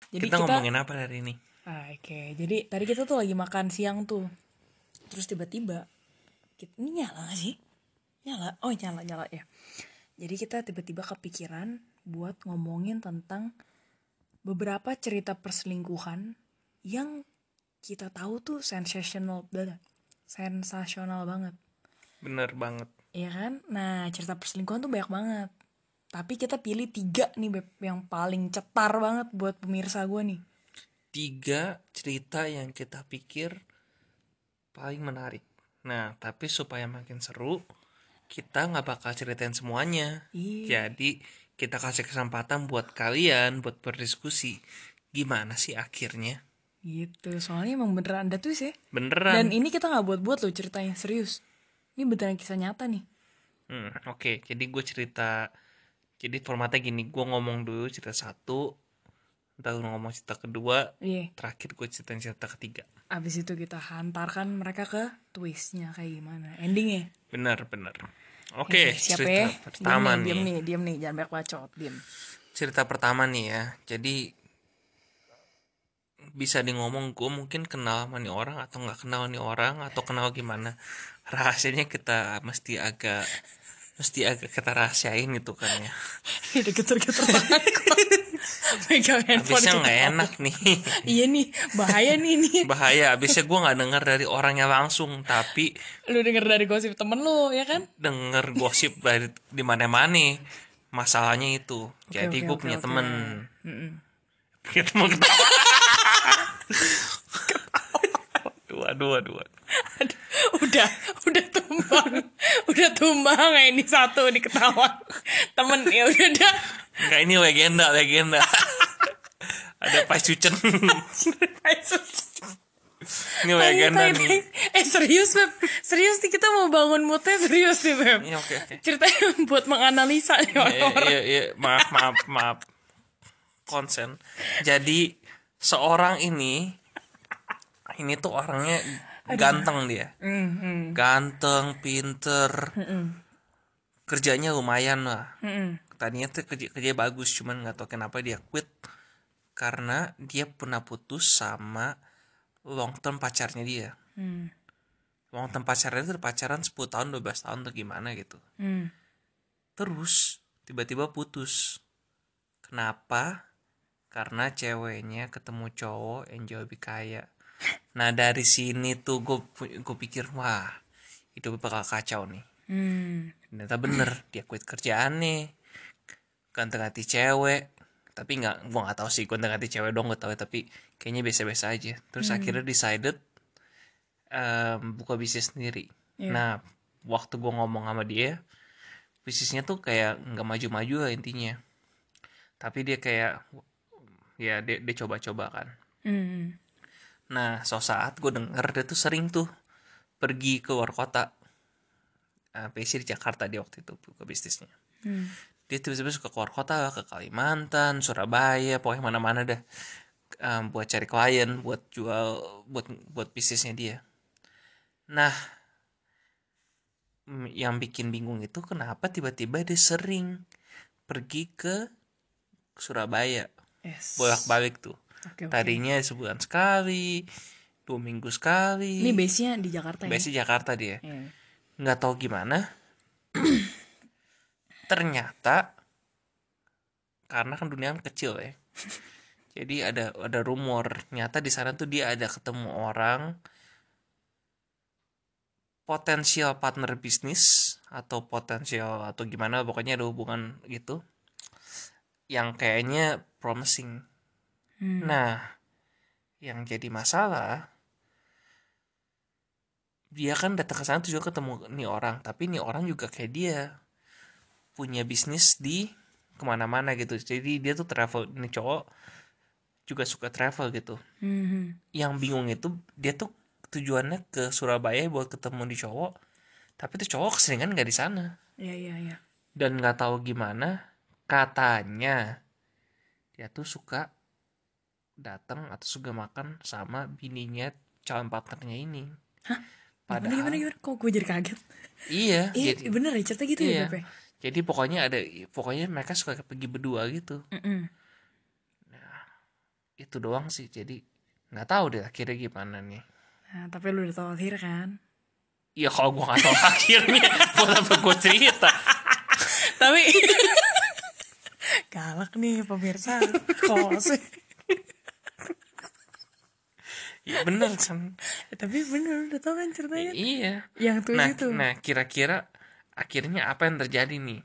Jadi kita ngomongin apa hari ini? Oke, jadi tadi kita tuh lagi makan siang tuh. Terus tiba-tiba ini nyala gak sih? Nyala. Oh, nyala ya. Jadi kita tiba-tiba kepikiran buat ngomongin tentang beberapa cerita perselingkuhan yang kita tahu tuh sensasional banget. Bener banget. Iya kan? Nah, cerita perselingkuhan tuh banyak banget. Tapi kita pilih 3 nih, Beb, yang paling cetar banget buat pemirsa gue nih. 3 cerita yang kita pikir paling menarik. Nah, tapi supaya makin seru, kita nggak bakal ceritain semuanya. Iya. Jadi kita kasih kesempatan buat kalian buat berdiskusi. Gimana sih akhirnya? Gitu, soalnya emang beneran ada twist ya. Beneran. Dan ini kita gak buat-buat loh ceritanya, serius. Ini beneran kisah nyata nih. Oke. Jadi gue cerita. Jadi formatnya gini, gue ngomong dulu cerita 1, ntar lu ngomong cerita kedua, Iya. terakhir gue ceritain cerita ketiga. Abis itu kita hantarkan mereka ke twistnya kayak gimana, endingnya. Bener. Oke, siap cerita ya? pertama Diam nih, jangan banyak bacot, diam. Cerita pertama nih ya. Jadi bisa di ngomong gue mungkin kenal sama nih orang atau nggak kenal nih orang atau kenal gimana. Rahasianya mesti agak kita rahasiain gitu kan ya. Udah geter-geter banget kok. Pegang handphone Abisnya kita. nggak enak nih. Iya nih, bahaya nih. Bahaya. Abisnya gue nggak denger dari orangnya langsung, tapi Lu denger dari gosip temen lu, ya kan? denger gosip dari di mana-mana. Masalahnya itu. Jadi gue punya temen. Punya temen ketawa. Aduh. Udah tumbang ini satu diketawa temen, ya udah dah. Enggak, ini legenda. Ada Pai Sucen. Ini legenda nih. Serius Beb, serius nih, kita mau bangun moodnya serius nih Beb. Iya, oke. Ceritanya buat menganalisa nih orang-orang. Iya, maaf. Konsen. Jadi seorang ini tuh orangnya ganteng dia. Ganteng, pinter. Kerjanya lumayan lah. Tadinya tuh kerja bagus, cuman nggak tahu kenapa dia quit karena dia pernah putus sama long term pacarnya dia. Long term pacarnya itu pacaran 10 tahun, 12 tahun atau gimana gitu. Terus tiba-tiba putus. Kenapa? Karena ceweknya ketemu cowok yang jauh lebih kaya. Nah, dari sini tuh gue pikir, wah, hidup bakal kacau nih. Ternyata bener, dia quit kerjaan nih, ganti cewek. Tapi gue nggak tahu sih ganti cewek dong, gue tahu, tapi kayaknya biasa-biasa aja. Terus akhirnya decided buka bisnis sendiri. Nah, waktu gue ngomong sama dia, bisnisnya tuh kayak nggak maju-maju lah intinya. Tapi dia kayak ya dia coba-coba kan. Nah, saat gue denger dia tuh sering tuh pergi ke luar kota. Basically di Jakarta dia waktu itu buka bisnisnya. Dia tiba-tiba suka keluar kota, ke Kalimantan, Surabaya, pokoknya mana-mana dah, buat cari klien, buat jual, buat bisnisnya dia. Nah, yang bikin bingung itu kenapa tiba-tiba dia sering pergi ke Surabaya, bolak-balik tuh. Tadinya sebulan sekali, 2 minggu sekali. Ini base-nya di Jakarta ya? Base-nya Jakarta dia. Nggak tahu gimana. Ternyata karena kan dunia kan kecil ya. Jadi ada rumor, nyata di sana tuh dia ada ketemu orang potensial partner bisnis atau potensial atau gimana, pokoknya ada hubungan gitu yang kayaknya promising. Nah, yang jadi masalah, dia kan datang ke sana tuh juga ketemu nih orang, tapi nih orang juga kayak dia punya bisnis di kemana-mana gitu. Jadi dia tuh travel, ini cowok juga suka travel gitu. Yang bingung itu dia tuh tujuannya ke Surabaya buat ketemu di cowok, tapi tuh cowok keseringan nggak di sana. Iya. Dan nggak tahu gimana, katanya dia tuh suka datang atau suka makan sama bininya calon partnernya ini. Hah? Padahal Gimana? Kok gue jadi kaget? iya, jadi bener ya cerita gitu ya Pepe? Jadi pokoknya mereka suka pergi berdua gitu. Nah, itu doang sih. Jadi nggak tahu deh akhirnya gimana nih. Nah, tapi lu udah tahu akhir kan? Iya, kalau gue nggak tahu akhirnya buat apa gue cerita. Tapi galak nih pemirsa. Kok sih? Iya bener kan. Tapi bener udah tahu kan ceritanya. Iya. Yang tuh itu. Nah kira-kira akhirnya apa yang terjadi nih?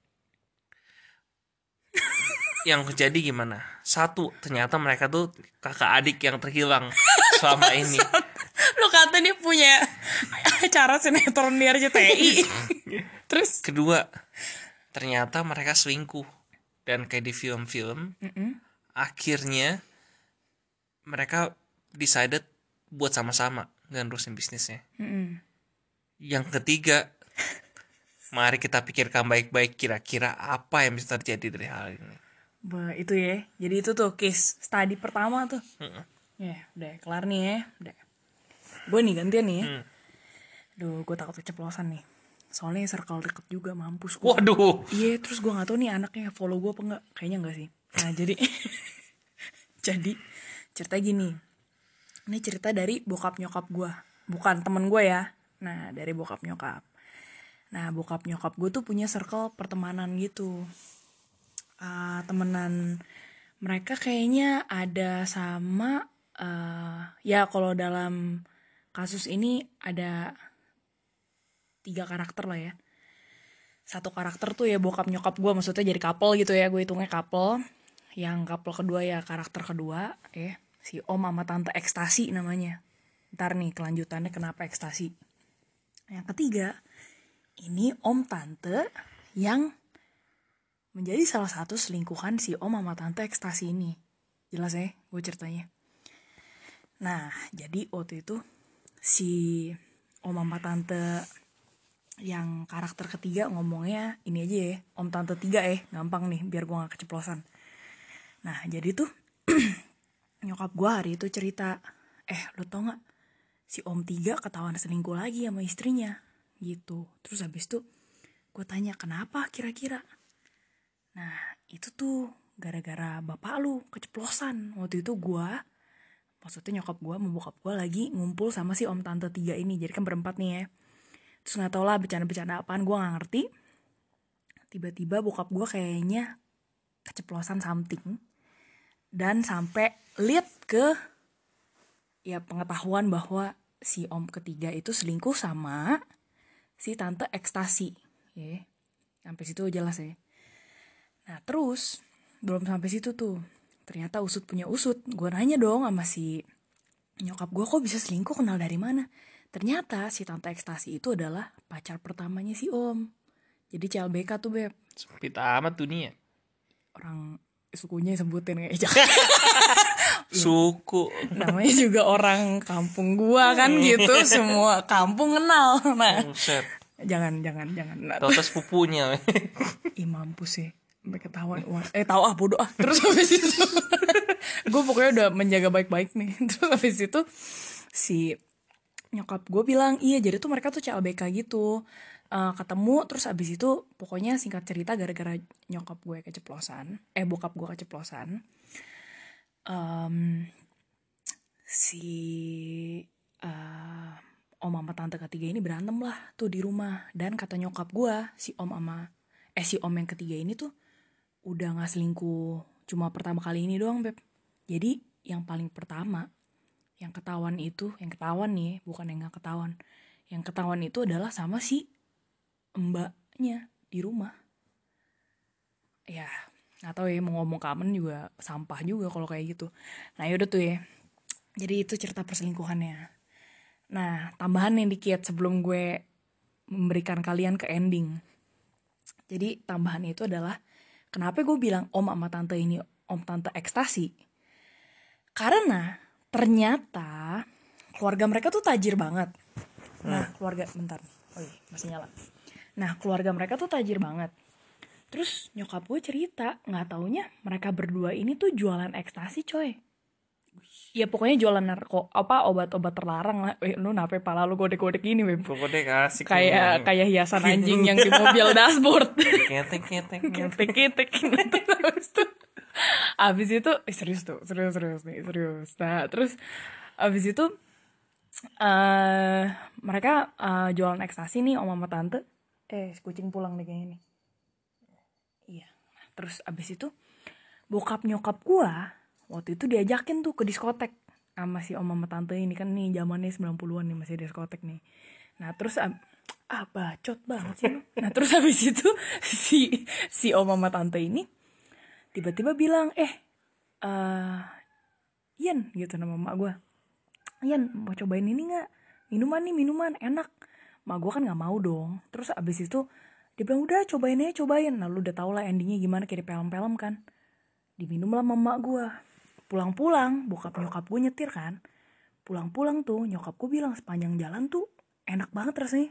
Yang terjadi gimana? Satu, ternyata mereka tuh kakak adik yang terhilang selama ini. Lo kata nih punya acara sinetron di RCTI. Terus Kedua, ternyata mereka selingkuh. Dan kayak di film-film, akhirnya mereka decided buat sama-sama nerusin bisnisnya. Yang ketiga, mari kita pikirkan baik-baik kira-kira apa yang bisa terjadi dari hal ini. itu ya. Jadi itu tuh case study pertama tuh. Ya, udah kelar nih ya. Udah. Gue nih gantian nih ya. Duh, gue takut keceplosan nih. Soalnya circle deket juga, mampus gue. Waduh. Iya, terus gue gak tahu nih anaknya follow gue apa enggak. Kayaknya enggak sih. Nah, jadi jadi cerita gini. Ini cerita dari bokap nyokap gue. Bukan temen gue ya. Nah, dari bokap nyokap. Nah, bokap nyokap gue tuh punya circle pertemanan gitu. Temenan mereka kayaknya ada sama ya kalau dalam kasus ini ada 3 karakter lah ya. Satu karakter tuh ya bokap nyokap gue, maksudnya jadi couple gitu ya, gue hitungnya couple. Yang couple kedua ya karakter kedua ya, si om sama tante ekstasi namanya. Ntar nih kelanjutannya kenapa ekstasi. Yang ketiga, ini om tante yang menjadi salah satu selingkuhan si om sama tante ekstasi ini. Jelas ya gue ceritanya. Nah, jadi waktu itu si om sama tante yang karakter ketiga ngomongnya ini aja ya, om tante 3 gampang nih biar gue gak keceplosan. Nah, jadi tuh nyokap gue hari itu cerita, lo tau gak si om 3 ketahuan selingkuh lagi sama istrinya gitu. Terus habis itu gue tanya kenapa kira-kira. Nah, itu tuh gara-gara bapak lu keceplosan. Waktu itu gue, maksudnya nyokap gue sama bokap gue lagi ngumpul sama si om tante 3 ini. Jadi kan berempat nih ya. Terus gak tau lah bercanda-bercanda apaan, gue gak ngerti. Tiba-tiba bokap gue kayaknya keceplosan something. Dan sampai lihat ke ya pengetahuan bahwa si om ketiga itu selingkuh sama si tante ekstasi. Ya, sampai situ jelas ya. Nah terus belum sampai situ tuh. Ternyata usut punya usut. Gue nanya dong sama si nyokap gue, kok bisa selingkuh, kenal dari mana? Ternyata si tante ekstasi itu adalah pacar pertamanya si om. Jadi CLBK tuh beb. Sempit amat dunia. Orang sukunya sebutin kayak Suku. namanya juga orang kampung gua kan gitu. Semua kampung kenal. Nah, jangan. Nah, Tahu sepupunya. Ih mampus sih. Sampai ketahuan. Tahu bodoh ah. Terus habis itu gue pokoknya udah menjaga baik-baik nih. Terus habis itu si nyokap gue bilang, iya jadi tuh mereka tuh CLBK gitu. Ketemu terus abis itu pokoknya singkat cerita gara-gara nyokap gue keceplosan, bokap gue keceplosan, si om sama tante ketiga ini berantem lah tuh di rumah. Dan kata nyokap gue si om yang ketiga ini tuh udah nggak selingkuh cuma pertama kali ini doang beb. Jadi yang paling pertama yang ketahuan nih, bukan yang nggak ketahuan. Yang ketahuan itu adalah sama si mbaknya di rumah. Ya nggak tahu ya, mau ngomong kamen juga sampah juga kalau kayak gitu. Nah yaudah tuh ya, jadi itu cerita perselingkuhannya. Nah tambahan yang dikit sebelum gue memberikan kalian ke ending. Jadi tambahan itu adalah kenapa gue bilang om sama tante ini om tante ekstasi, karena ternyata keluarga mereka tuh tajir banget. Nah keluarga masih nyala. Nah keluarga mereka tuh tajir banget. Terus nyokap gue cerita, nggak taunya mereka berdua ini tuh jualan ekstasi coy. Ya pokoknya jualan obat-obat terlarang lah. Lu nape pala lu godek-godek gini beb. Godek asik. Kayak hiasan anjing yang di mobil dashboard. Ketek. Terus Abis itu serius nih serius. Nah terus abis itu mereka jualan ekstasi nih om sama tante. Si kucing pulang deh kayaknya nih. Iya. Terus abis itu bokap nyokap gua waktu itu diajakin tuh ke diskotek sama si om sama tante ini, kan nih zamannya 90-an nih masih diskotek nih. Nah terus bacot banget sih lu. Nah terus habis itu si om sama tante ini tiba-tiba bilang Ian gitu nama mak gue, Ian mau cobain ini nggak, minuman enak. Mak gue kan nggak mau dong. Terus abis itu dia bilang udah cobain. Nah lu udah tau lah endingnya gimana, kayak di film-film kan. Diminum lah sama mak gue. Pulang-pulang bokap nyokap gue nyetir kan. Pulang-pulang tuh nyokap gue bilang sepanjang jalan tuh enak banget rasanya.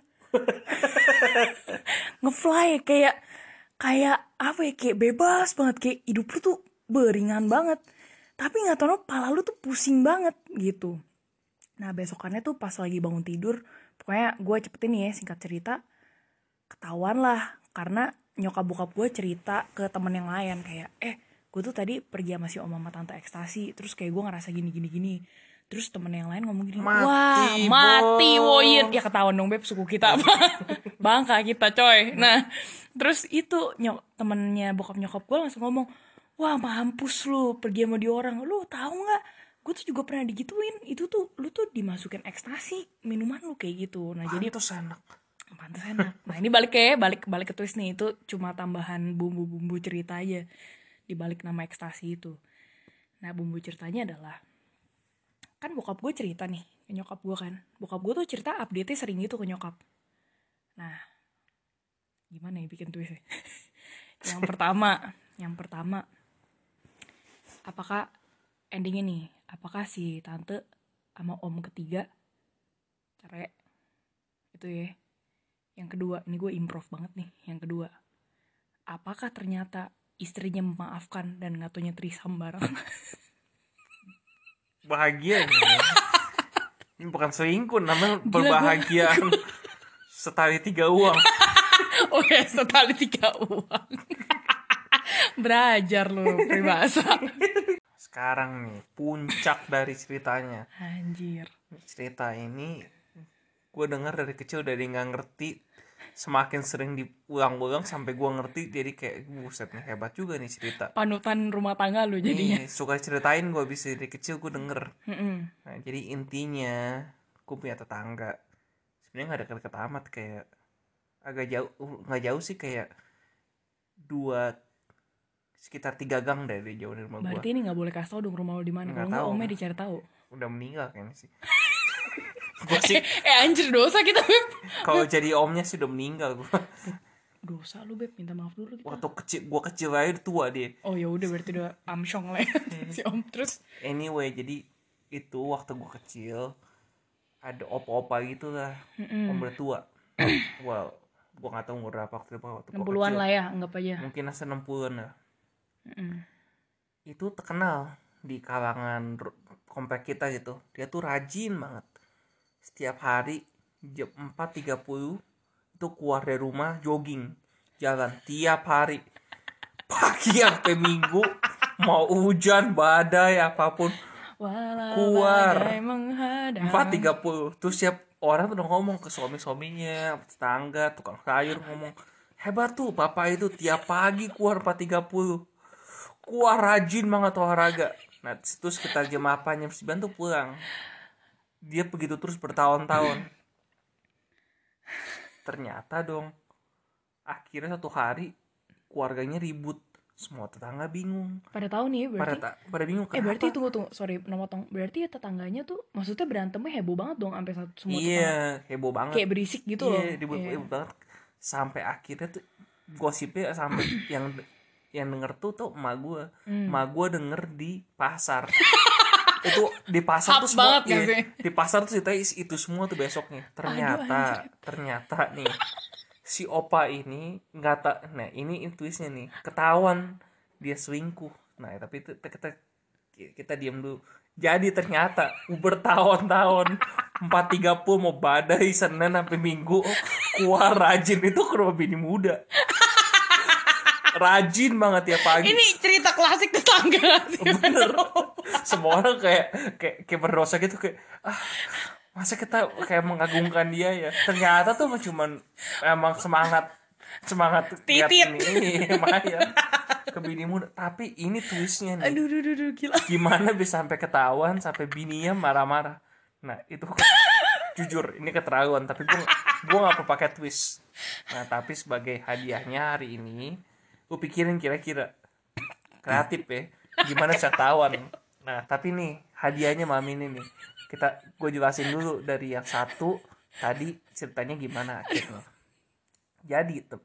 Ngefly kayak apa ya, kayak bebas banget, kayak hidup lu tuh beringan banget. Tapi nggak tahu pala lu tuh pusing banget gitu. Nah besokannya tuh pas lagi bangun tidur, pokoknya gue cepetin nih ya singkat cerita, ketahuan lah karena nyokap bokap gue cerita ke temen yang lain kayak gue tuh tadi pergi sama si om sama tante ekstasi, terus kayak gue ngerasa gini. Terus temen yang lain ngomong gini, wah mati woyin. Ya ketahuan dong beb, suku kita bangka kita coy. Nah terus itu temennya bokap nyokap gue langsung ngomong, wah mampus lu pergi sama dia orang. Lu tahu nggak, gue tuh juga pernah digituin. Itu tuh lu tuh dimasukin ekstasi minuman lu kayak gitu. Nah jadi pantes enak. Nah ini balik ke twist nih. Itu cuma tambahan bumbu cerita aja di balik nama ekstasi itu. Nah bumbu ceritanya adalah, kan bokap gue cerita nih ke nyokap gue kan. Bokap gue tuh cerita update-nya sering gitu ke nyokap. Nah gimana ya bikin twist ya? Yang pertama apakah endingnya nih, apakah si tante sama om ketiga cerai itu ya. Yang kedua, ini gue improv banget nih. Yang kedua, apakah ternyata istrinya memaafkan dan ngatunya trisam bareng? Bahagia ini bukan selingkuh, namanya berbahagiaan setali 3 uang. Oh ya, setali 3 uang. Belajar lu peribahasa. Sekarang nih puncak dari ceritanya. Anjir. Cerita ini gue dengar dari kecil, dari nggak ngerti, semakin sering diulang-ulang sampai gue ngerti. Jadi kayak buset nih, hebat juga nih cerita. Panutan rumah tangga lu jadinya. Suka ceritain gue, bisa dari kecil gue denger. Nah jadi intinya gue punya tetangga, sebenarnya nggak deket-deket amat, kayak agak jauh, nggak jauh sih, kayak sekitar 3 gang dari jauh dari rumah gue. Berarti ini nggak boleh kasih tau dong rumah lu di mana. Kalau nggak omnya dicari tahu. Udah meninggal kayaknya sih. Gue sih anjir dosa kita beb. Kalau jadi omnya sih udah meninggal gue. Dosa lu beb, minta maaf dulu kita. Waktu gue kecil aja udah tua dia. Oh ya udah, berarti udah amsyong lah ya. Si om. Terus anyway, jadi itu waktu gue kecil ada opa-opa gitu lah, om udah tua. Well, gue nggak tahu umur berapa waktu gue 60-an lah ya, anggap aja. Mungkin asal 60-an lah. Itu terkenal di kalangan komplek kita gitu. Dia tuh rajin banget. Setiap hari jam 4.30 itu keluar dari rumah jogging, jalan tiap hari, pagi sampai minggu, mau hujan badai apapun keluar 4.30. Terus siap orang tuh udah ngomong ke suami-suaminya, tetangga, tukang sayur ngomong, hebat tuh bapak itu tiap pagi keluar 4.30, keluar rajin banget olahraga. Nah terus sekitar jam 8 jam 9 tuh pulang. Dia begitu terus bertahun-tahun. Ternyata dong, akhirnya satu hari keluarganya ribut, semua tetangga bingung. Pada tahu nih berarti. Pada bingung kenapa? Berarti tunggu, sorry memotong. Berarti ya tetangganya tuh maksudnya berantemnya heboh banget dong sampai semua tetangga. Iya, heboh banget. Kayak berisik gitu loh. Iya, heboh banget. Sampai akhirnya tuh gosipnya sampai yang denger tuh emak gue. Emak gue denger di pasar. Itu di pasar tuh semua di pasar tuh itu semua tuh besoknya. Ternyata nih si opa ini nah ini twistnya nih, ketahuan dia selingkuh. Nah tapi itu kita diam dulu. Jadi ternyata bertahun-tahun 4.30 mau badai Senin sampai Minggu keluar rajin itu ke rumah bini muda. Rajin banget ya pagi. Ini cerita kisah klasik tetangga gak sih? Bener. Semua orang kayak berdosa gitu, kayak masa kita kayak mengagungkan dia ya. Ternyata tuh cuman emang semangat lihat Titit. ini Maya ke bini muda. Tapi ini twistnya nih, Aduh, gila. gimana bisa sampai ketahuan sampai bininya marah-marah. Nah itu jujur ini keterlaluan, tapi gue nggak mau pakai twist. Nah tapi sebagai hadiahnya hari ini, gue pikirin kira-kira kreatif ya, gimana bisa ketahuan. Nah tapi nih hadiahnya malam ini nih, gue jelasin dulu dari yang satu tadi ceritanya gimana akhirnya. Jadi tuh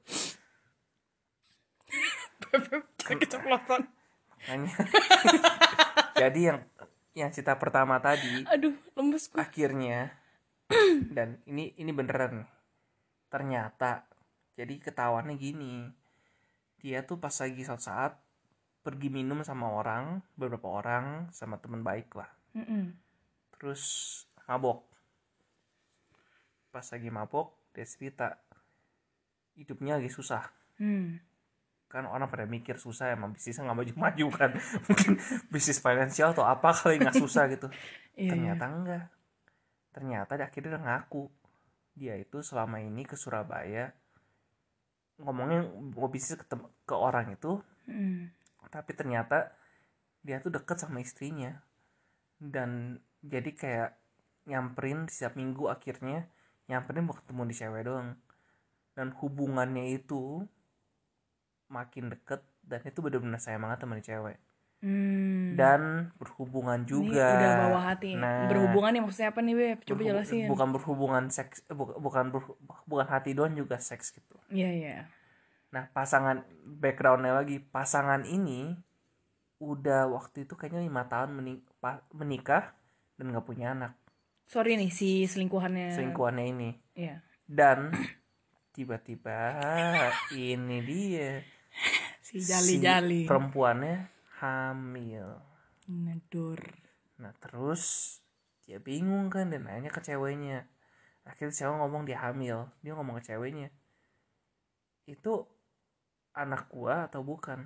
Keceplosan. makanya jadi yang cerita pertama tadi, Aduh, lemes gue. akhirnya dan ini beneran ternyata. Jadi ketahuannya gini, dia tuh pas lagi suatu saat pergi minum sama beberapa orang sama teman baik lah. Terus mabok. Pas lagi mabok dia cerita hidupnya lagi susah. Kan orang pada mikir susah, emang bisnisnya nggak maju-maju kan. Mungkin bisnis finansial atau apa kali nggak susah gitu. Ternyata enggak. Ternyata akhirnya dia ngaku dia itu selama ini ke Surabaya ngomongnya mau bisnis ke orang itu, tapi ternyata dia tuh deket sama istrinya, dan jadi kayak nyamperin setiap minggu, akhirnya nyamperin mau ketemu di cewek doang, dan hubungannya itu makin deket, dan itu benar-benar sayang banget sama cewek. Dan berhubungan juga. Ini udah bawa hati. Nah, berhubungan nih maksudnya apa nih, Beb? Coba jelasin. Bukan berhubungan seks, bukan hati doang, juga seks gitu. Iya. Nah pasangan backgroundnya lagi, pasangan ini udah waktu itu kayaknya 5 tahun menikah dan nggak punya anak. Sorry nih si selingkuhannya ini. Iya. Dan tiba-tiba ini dia si jali-jali perempuannya hamil. ngedor. Nah terus dia bingung kan dan nanya ke ceweknya. Akhirnya cewek ngomong dia hamil. Dia ngomong ke ceweknya, itu anak gua atau bukan?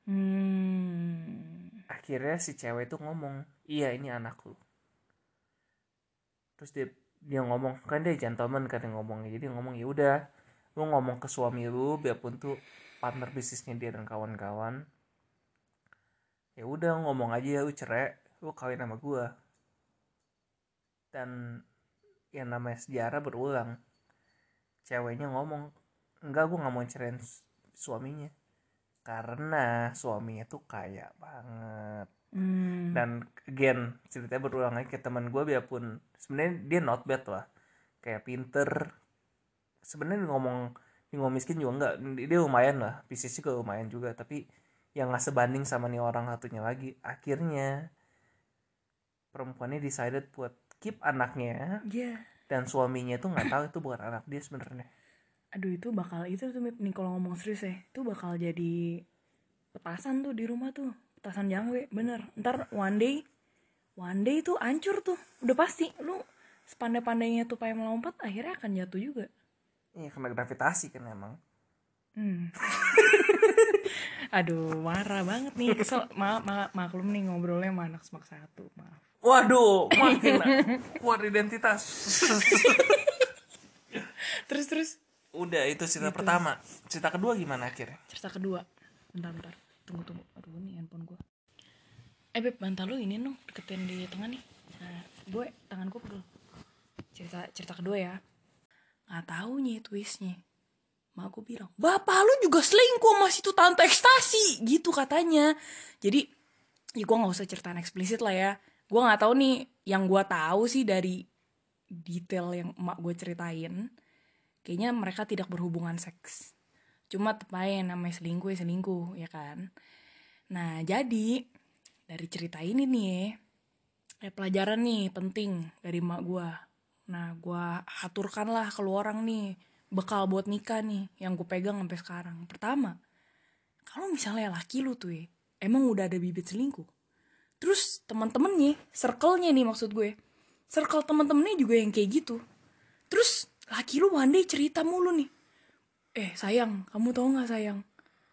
Akhirnya si cewek itu ngomong, iya ini anakku. Terus dia ngomong, kan dia gentleman kan yang ngomongnya. Jadi ngomong, ya udah lu ngomong ke suami lu, biarpun tuh partner bisnisnya dia dan kawan-kawan, ya udah ngomong aja lu cerai, lu kawin sama gua. Dan yang namanya sejarah berulang, ceweknya ngomong, enggak, gue nggak mau cerain suaminya karena suaminya tuh kaya banget. Dan again ceritanya berulang lagi ke teman gue, biarpun sebenarnya dia not bad lah, kayak pinter, sebenarnya ngomong miskin juga enggak, dia lumayan lah, bisnisnya juga lumayan juga, tapi yang nggak sebanding sama nih orang satunya lagi. Akhirnya perempuannya decided buat keep anaknya, dan suaminya tuh nggak tahu itu bukan anak dia sebenarnya. Aduh, itu bakal itu tuh nih kalau ngomong serius ya, itu bakal jadi petasan tuh di rumah tuh, petasan jangwe bener. Ntar one day tuh hancur tuh, udah pasti. Lu sepandai-pandainya tuh pengen melompat, akhirnya akan jatuh juga. Iya, kena gravitasi kan emang. Aduh, marah banget nih, kesel. Maklum nih ngobrolnya sama anak semak 1, maaf. Waduh, makin kuat identitas. Terus Udah, itu cerita pertama. Cerita kedua gimana akhirnya? Cerita kedua, bentar, tunggu. Aduh, ini handphone gue. Beb, bantal lu ini dong, deketin di tengah nih. Nah, tangan gue pegel. Cerita kedua ya. Nggak taunya twistnya, mak gue bilang, bapak lu juga selingkuh sama situ tante ekstasi gitu katanya. Jadi ya gue nggak usah ceritain eksplisit lah ya. Gue nggak tahu nih, yang gue tahu sih dari detail yang emak gue ceritain, kayaknya mereka tidak berhubungan seks. Cuma tepain namanya selingkuh ya kan. Nah jadi dari cerita ini nih pelajaran nih penting dari emak gue. Nah gue haturkan lah ke lu orang nih, bekal buat nikah nih yang gue pegang sampai sekarang. Pertama, kalau misalnya laki lu tuh emang udah ada bibit selingkuh, terus teman-temannya, circle-nya nih maksud gue, circle teman-temannya juga yang kayak gitu, terus laki lu one day cerita mulu nih, sayang, kamu tahu nggak sayang,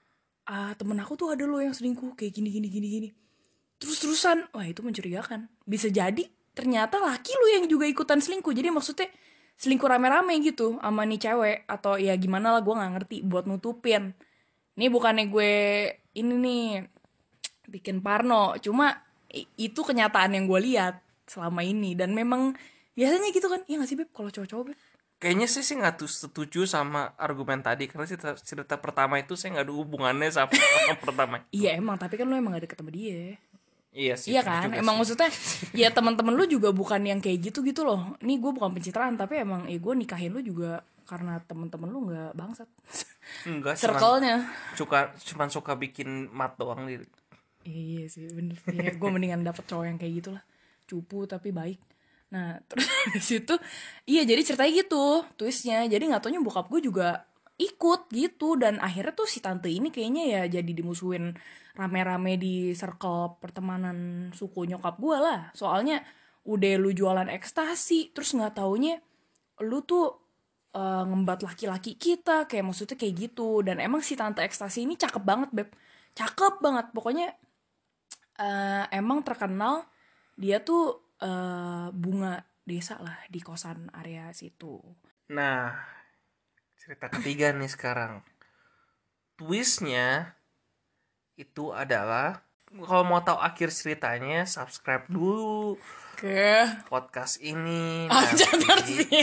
temen aku tuh ada loh yang selingkuh kayak gini gini gini gini. Terus-terusan, wah itu mencurigakan. Bisa jadi ternyata laki lu yang juga ikutan selingkuh. Jadi maksudnya selingkuh rame-rame gitu sama nih cewek. Atau ya gimana lah, gue gak ngerti, buat nutupin. Ini bukannya gue ini nih bikin parno. Cuma itu kenyataan yang gue lihat selama ini. Dan memang biasanya gitu kan. Iya gak sih Beb, kalau cowok-cowok Beb? Kayaknya sih nggak setuju sama argumen tadi, karena cerita pertama itu saya nggak ada hubungannya sama orang pertama itu. Iya emang, tapi kan lu emang gak deket sama dia. Iya sih, Iya bener kan, juga emang sih. maksudnya ya teman-teman lu juga bukan yang kayak gitu loh. Nih gue bukan pencitraan, tapi emang gue nikahin lu juga karena teman-teman lu nggak bangsat. Enggak, Circle-nya. cuman suka bikin mat doang di. Iya sih bener. Ya, gue mendingan dapet cowok yang kayak gitulah, cupu tapi baik. Nah terus di situ, iya jadi ceritanya gitu twistnya. Jadi nggak taunya bokap gue juga ikut gitu, dan akhirnya tuh si tante ini kayaknya ya jadi dimusuhin rame-rame di circle pertemanan suku nyokap gue lah. Soalnya udah lu jualan ekstasi, terus nggak taunya lu tuh ngembat laki-laki kita, kayak maksudnya kayak gitu. Dan emang si tante ekstasi ini cakep banget Beb, cakep banget pokoknya. Emang terkenal dia tuh bunga desa lah di kosan area situ. Nah, cerita ketiga nih sekarang. Twistnya itu adalah, kalau mau tahu akhir ceritanya, subscribe dulu Ke podcast ini aja nanti. sih.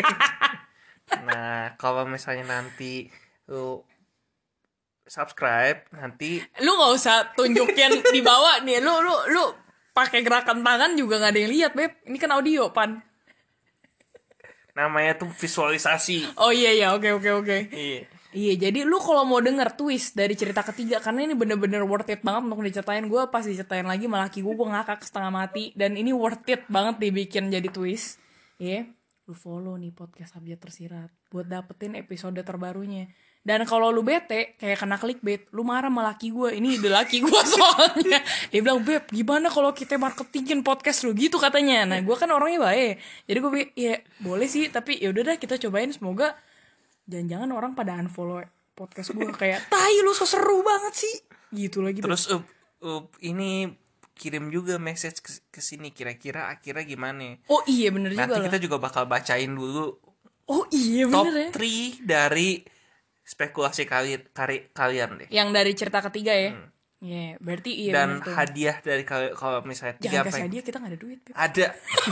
Nah, kalau misalnya nanti lu subscribe, nanti Lu nggak usah tunjukin di bawah nih. Lu pakai gerakan tangan juga nggak ada yang lihat Beb. Ini kan audio pan. namanya tuh visualisasi. Oh iya oke. Iya. Iya, jadi lu kalau mau denger twist dari cerita ketiga, karena ini bener-bener worth it banget untuk diceritain. Gue pas diceritain lagi malah gue ngakak setengah mati. Dan ini worth it banget dibikin jadi twist. Iya, lu follow nih podcast Abjad Tersirat buat dapetin episode terbarunya. Dan kalau lu bete, kayak kena clickbait, lu marah sama laki gue. Ini ide laki gue soalnya. Dia bilang, Beb, gimana kalau kita marketingin podcast lu gitu katanya. Nah, gue kan orangnya baik. Jadi gue bilang, ya boleh sih, tapi yaudah dah kita cobain. Semoga jangan-jangan orang pada unfollow podcast gue. Kayak, tai lu so seru banget sih. Gitu lagi. Terus ini kirim juga message ke sini, kira-kira akhirnya gimana. Oh iya bener juga Nanti lah. kita juga bakal bacain dulu Oh iya top bener ya. 3 dari spekulasi kalian deh. Yang dari cerita ketiga ya. Iya, berarti iya Dan bener tuh. hadiah dari kalau misalnya 3 Jangan apa kasih ya? hadiah, kita gak ada duit Beb. Ada.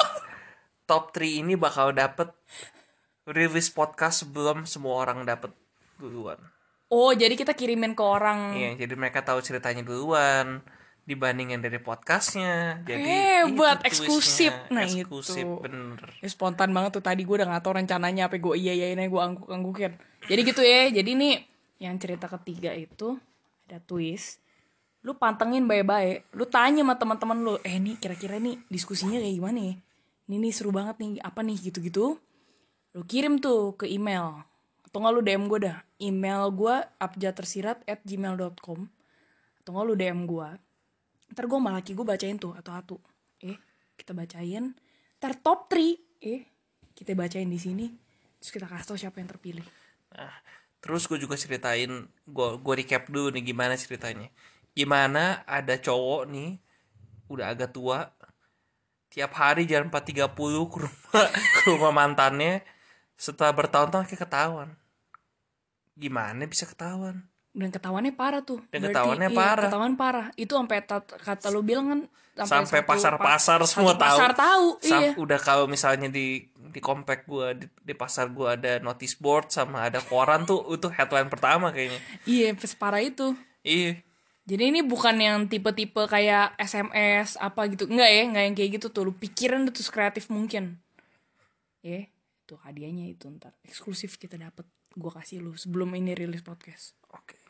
Top 3 ini bakal dapet rilis podcast sebelum semua orang dapet duluan. Oh jadi kita kirimin ke orang. Iya, jadi mereka tahu ceritanya duluan dibandingin dari podcastnya. Jadi Hebat, itu eksklusif. twistnya. Nah Eksklusif, itu bener. ya, spontan banget tuh. Tadi gue udah gak tau rencananya apa, gue iya-iyain aja, gue angguk-anggukin. Jadi gitu ya. Jadi nih yang cerita ketiga itu ada twist. Lu pantengin baik-baik. Lu tanya sama teman-teman lu, nih kira-kira nih diskusinya kayak gimana ya? Ini nih seru banget nih, apa nih gitu-gitu. Lu kirim tuh ke email. Atau nggak lu DM gue dah. Email gue abjadtersirat@gmail.com. Atau nggak lu DM gue. Ntar gue sama laki gue bacain tuh atu-atu. Kita bacain. Ntar top 3 kita bacain di sini. Terus kita kasih tau siapa yang terpilih. Nah, terus gue juga ceritain, gue recap dulu nih gimana ceritanya. Gimana ada cowok nih, udah agak tua, tiap hari jam 4.30 ke rumah mantannya. Setelah bertahun-tahun kayak ketahuan. Gimana bisa ketahuan? Dan ketahuannya parah tuh. Dan Berarti, ketahuannya parah. Ketahuan parah. Itu sampai kata lu bilang kan Sampai pasar-pasar semua satu pasar tahu. Iya. Udah kalau misalnya di komplek gua, di pasar gua ada notice board sama ada koran tuh, itu headline pertama kayaknya. Iya, separah itu. Iya. Jadi ini bukan yang tipe-tipe kayak SMS apa gitu. Enggak ya, enggak yang kayak gitu tuh. Lu pikirin tuh sekreatif mungkin. Tuh hadiahnya itu ntar eksklusif kita dapet. Gua kasih lu sebelum ini rilis podcast. Oke.